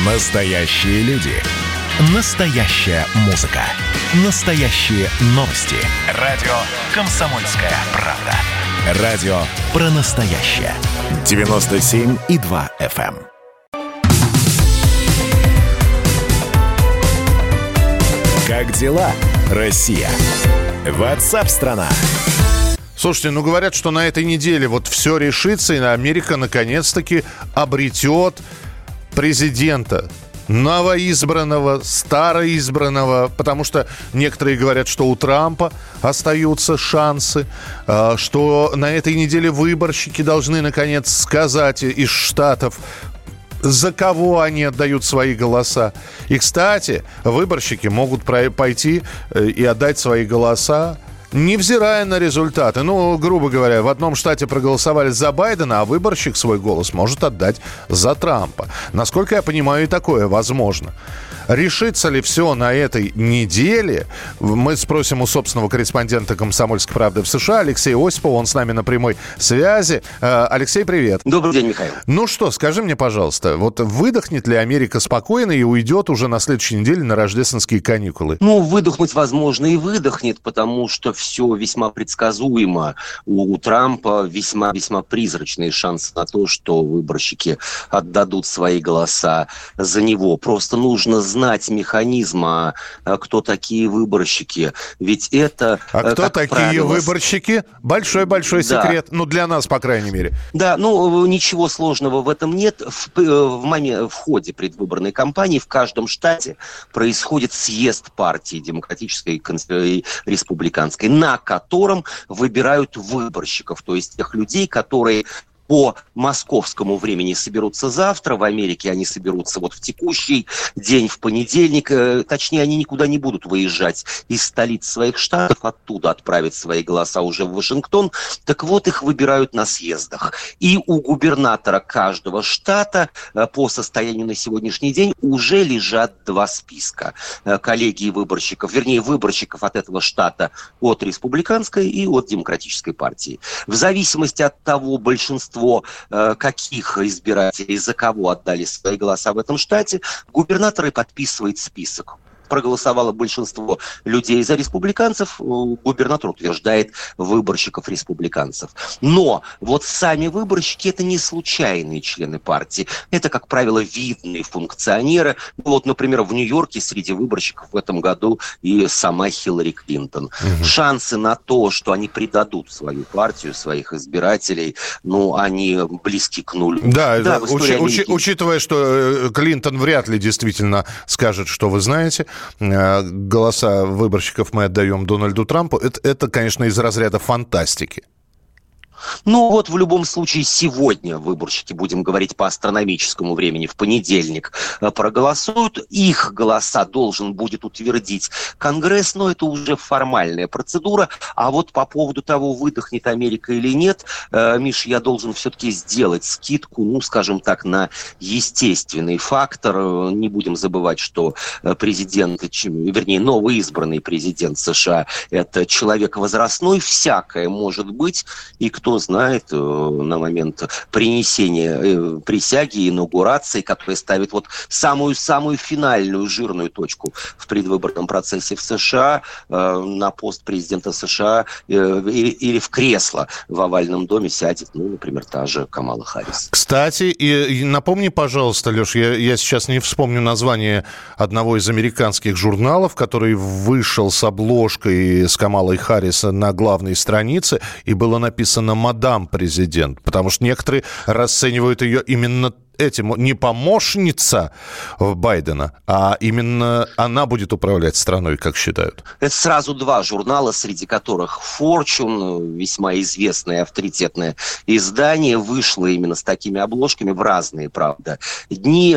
Настоящие люди. Настоящая музыка. Настоящие новости. Радио «Комсомольская правда». Радио про настоящее. 97,2 FM. Как дела, Россия? WhatsApp-страна. Слушайте, говорят, что на этой неделе вот все решится, и Америка наконец-таки обретет президента. Новоизбранного, староизбранного, потому что некоторые говорят, что у Трампа остаются шансы, что на этой неделе выборщики должны наконец сказать из штатов, за кого они отдают свои голоса. И, кстати, выборщики могут пойти и отдать свои голоса, невзирая на результаты. Грубо говоря, в одном штате проголосовали за Байдена, а выборщик свой голос может отдать за Трампа. Насколько я понимаю, и такое возможно. Решится ли все на этой неделе? Мы спросим у собственного корреспондента «Комсомольской правды» в США Алексея Осипова. Он с нами на прямой связи. Алексей, привет. Добрый день, Михаил. Скажи мне, пожалуйста, вот выдохнет ли Америка спокойно и уйдет уже на следующей неделе на рождественские каникулы? Выдохнуть, возможно, и выдохнет, потому что все весьма предсказуемо. У Трампа весьма призрачные шансы на то, что выборщики отдадут свои голоса за него. Просто нужно знать механизм, кто такие выборщики. Ведь это... А кто такие выборщики? Большой секрет. Для нас, по крайней мере. Да, ничего сложного в этом нет. В ходе предвыборной кампании в каждом штате происходит съезд партии демократической и республиканской, на котором выбирают выборщиков, то есть тех людей, которые по московскому времени соберутся завтра, в Америке они соберутся в текущий день, в понедельник. Точнее, они никуда не будут выезжать из столиц своих штатов, оттуда отправить свои голоса уже в Вашингтон. Так вот, их выбирают на съездах. И у губернатора каждого штата по состоянию на сегодняшний день уже лежат два списка коллегии выборщиков, выборщиков от этого штата от республиканской и от демократической партии. В зависимости от того, большинство каких избирателей за кого отдали свои голоса в этом штате, губернатор и подписывает список. Проголосовало большинство людей за республиканцев, губернатор утверждает выборщиков республиканцев. Но сами выборщики – это не случайные члены партии. Это, как правило, видные функционеры. Например, в Нью-Йорке среди выборщиков в этом году и сама Хиллари Клинтон. Шансы на то, что они предадут свою партию, своих избирателей, они близки к нулю. Да, учитывая, что Клинтон вряд ли действительно скажет, что вы знаете, голоса выборщиков мы отдаем Дональду Трампу, это, конечно, из разряда фантастики. В любом случае, сегодня выборщики, будем говорить по астрономическому времени, в понедельник проголосуют. Их голоса должен будет утвердить Конгресс, но это уже формальная процедура. А по поводу того, выдохнет Америка или нет, Миш, я должен все-таки сделать скидку, скажем так, на естественный фактор. Не будем забывать, что новоизбранный президент США – это человек возрастной, всякое может быть, и кто знает, на момент принесения присяги, инаугурации, которая ставит самую финальную жирную точку в предвыборном процессе в США, на пост президента США или в кресло в овальном доме сядет, например, та же Камала Харрис. Кстати, и напомни, пожалуйста, Леш, я сейчас не вспомню название одного из американских журналов, который вышел с обложкой с Камалой Харрис на главной странице, и было написано «Мадам президент», потому что некоторые расценивают ее именно этим, не помощница Байдена, а именно она будет управлять страной, как считают. Это сразу два журнала, среди которых Fortune, весьма известное авторитетное издание, вышло именно с такими обложками в разные, правда, дни,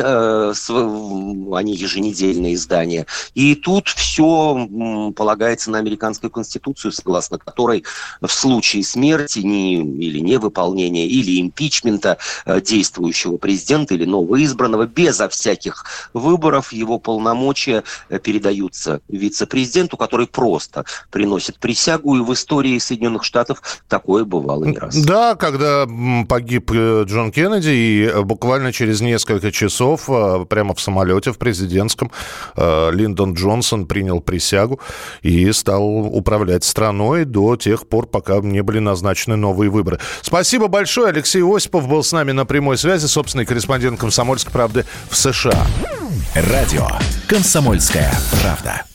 они еженедельные издания. И тут все полагается на американскую конституцию, согласно которой в случае смерти или невыполнения, или импичмента действующего президента президента или новоизбранного, безо всяких выборов. Его полномочия передаются вице-президенту, который просто приносит присягу. И в истории Соединенных Штатов такое бывало не раз. Да, когда погиб Джон Кеннеди, и буквально через несколько часов прямо в самолете в президентском Линдон Джонсон принял присягу и стал управлять страной до тех пор, пока не были назначены новые выборы. Спасибо большое. Алексей Осипов был с нами на прямой связи, собственный корреспондент «Комсомольской правды» в США. Радио «Комсомольская правда».